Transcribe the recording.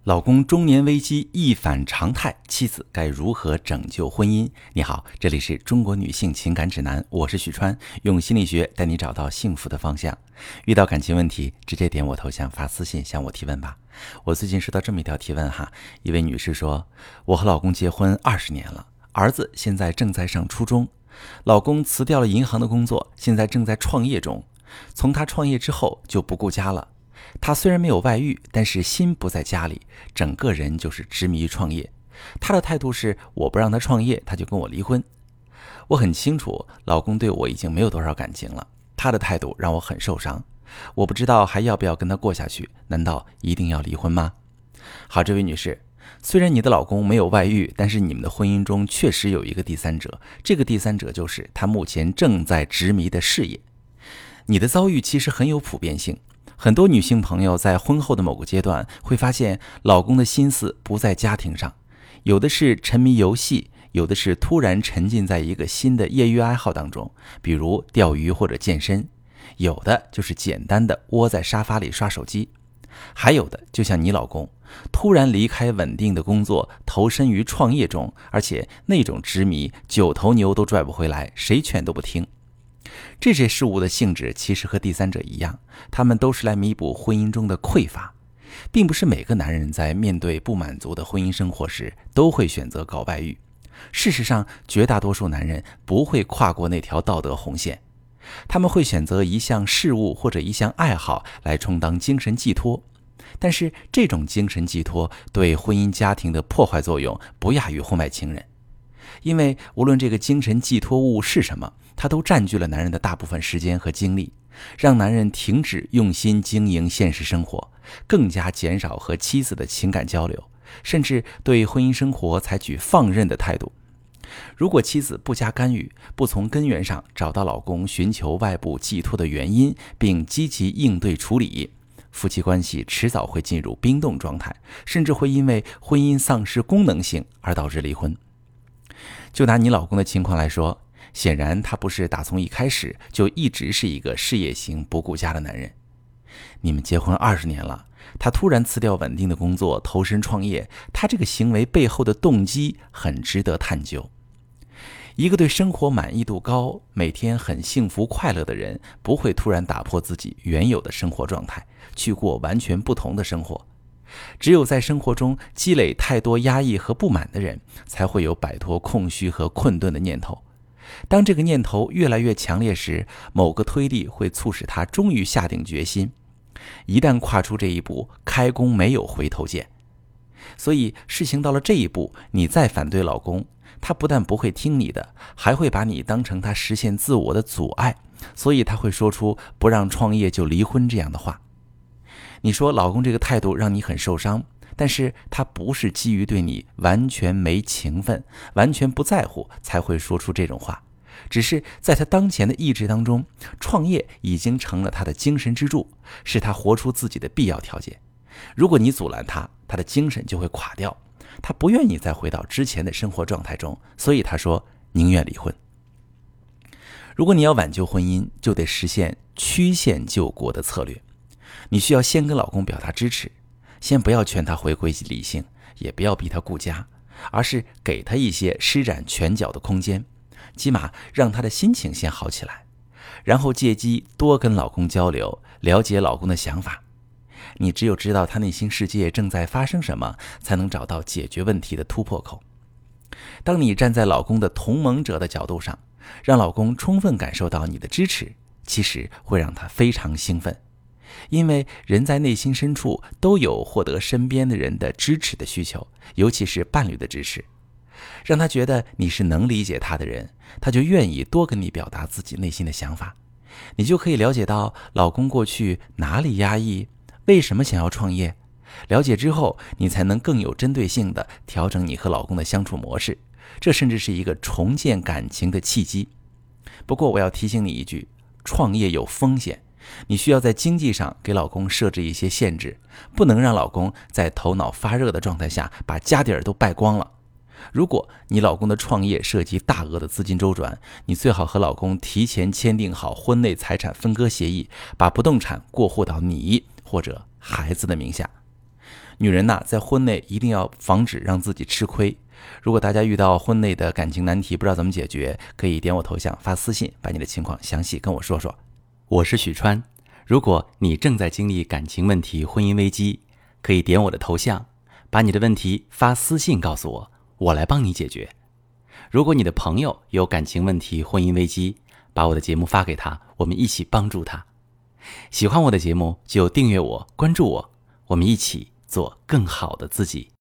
老公中年危机一反常态，妻子该如何拯救婚姻？你好，这里是中国女性情感指南，我是许川，用心理学带你找到幸福的方向。遇到感情问题，直接点我头像发私信向我提问吧。我最近收到这么一条提问哈，一位女士说，我和老公结婚20年了，儿子现在正在上初中，老公辞掉了银行的工作，现在正在创业中，从他创业之后就不顾家了。他虽然没有外遇，但是心不在家里，整个人就是执迷于创业。他的态度是，我不让他创业，他就跟我离婚。我很清楚，老公对我已经没有多少感情了，他的态度让我很受伤。我不知道还要不要跟他过下去，难道一定要离婚吗？好，这位女士，虽然你的老公没有外遇，但是你们的婚姻中确实有一个第三者，这个第三者就是他目前正在执迷的事业。你的遭遇其实很有普遍性。很多女性朋友在婚后的某个阶段会发现，老公的心思不在家庭上，有的是沉迷游戏，有的是突然沉浸在一个新的业余爱好当中，比如钓鱼或者健身，有的就是简单的窝在沙发里刷手机，还有的就像你老公，突然离开稳定的工作，投身于创业中，而且那种执迷9头牛都拽不回来，谁劝都不听。这些事物的性质其实和第三者一样，他们都是来弥补婚姻中的匮乏，并不是每个男人在面对不满足的婚姻生活时都会选择搞外遇。事实上，绝大多数男人不会跨过那条道德红线，他们会选择一项事物或者一项爱好来充当精神寄托，但是这种精神寄托对婚姻家庭的破坏作用不亚于婚外情人。因为无论这个精神寄托物是什么，它都占据了男人的大部分时间和精力，让男人停止用心经营现实生活，更加减少和妻子的情感交流，甚至对婚姻生活采取放任的态度。如果妻子不加干预，不从根源上找到老公寻求外部寄托的原因，并积极应对处理，夫妻关系迟早会进入冰冻状态，甚至会因为婚姻丧失功能性而导致离婚。就拿你老公的情况来说，显然他不是打从一开始就一直是一个事业型不顾家的男人。你们结婚20年了，他突然辞掉稳定的工作，投身创业，他这个行为背后的动机很值得探究。一个对生活满意度高，每天很幸福快乐的人，不会突然打破自己原有的生活状态，去过完全不同的生活。只有在生活中积累太多压抑和不满的人，才会有摆脱空虚和困顿的念头。当这个念头越来越强烈时，某个推力会促使他终于下定决心。一旦跨出这一步，开弓没有回头箭。所以事情到了这一步，你再反对老公，他不但不会听你的，还会把你当成他实现自我的阻碍，所以他会说出不让创业就离婚这样的话。你说老公这个态度让你很受伤，但是他不是基于对你完全没情分，完全不在乎才会说出这种话，只是在他当前的意志当中，创业已经成了他的精神支柱，是他活出自己的必要条件。如果你阻拦他，他的精神就会垮掉，他不愿意再回到之前的生活状态中，所以他说宁愿离婚。如果你要挽救婚姻，就得实现曲线救国的策略。你需要先跟老公表达支持，先不要劝他回归理性，也不要逼他顾家，而是给他一些施展拳脚的空间，起码让他的心情先好起来，然后借机多跟老公交流，了解老公的想法。你只有知道他内心世界正在发生什么，才能找到解决问题的突破口。当你站在老公的同盟者的角度上，让老公充分感受到你的支持，其实会让他非常兴奋。因为人在内心深处都有获得身边的人的支持的需求，尤其是伴侣的支持。让他觉得你是能理解他的人，他就愿意多跟你表达自己内心的想法。你就可以了解到老公过去哪里压抑，为什么想要创业。了解之后，你才能更有针对性地调整你和老公的相处模式，这甚至是一个重建感情的契机。不过我要提醒你一句，创业有风险，你需要在经济上给老公设置一些限制，不能让老公在头脑发热的状态下把家底儿都败光了。如果你老公的创业涉及大额的资金周转，你最好和老公提前签订好婚内财产分割协议，把不动产过户到你或者孩子的名下。 女人呐，在婚内一定要防止让自己吃亏。如果大家遇到婚内的感情难题，不知道怎么解决，可以点我头像发私信，把你的情况详细跟我说说。我是许川，如果你正在经历感情问题、婚姻危机，可以点我的头像，把你的问题发私信告诉我，我来帮你解决。如果你的朋友有感情问题、婚姻危机，把我的节目发给他，我们一起帮助他。喜欢我的节目就订阅我、关注我，我们一起做更好的自己。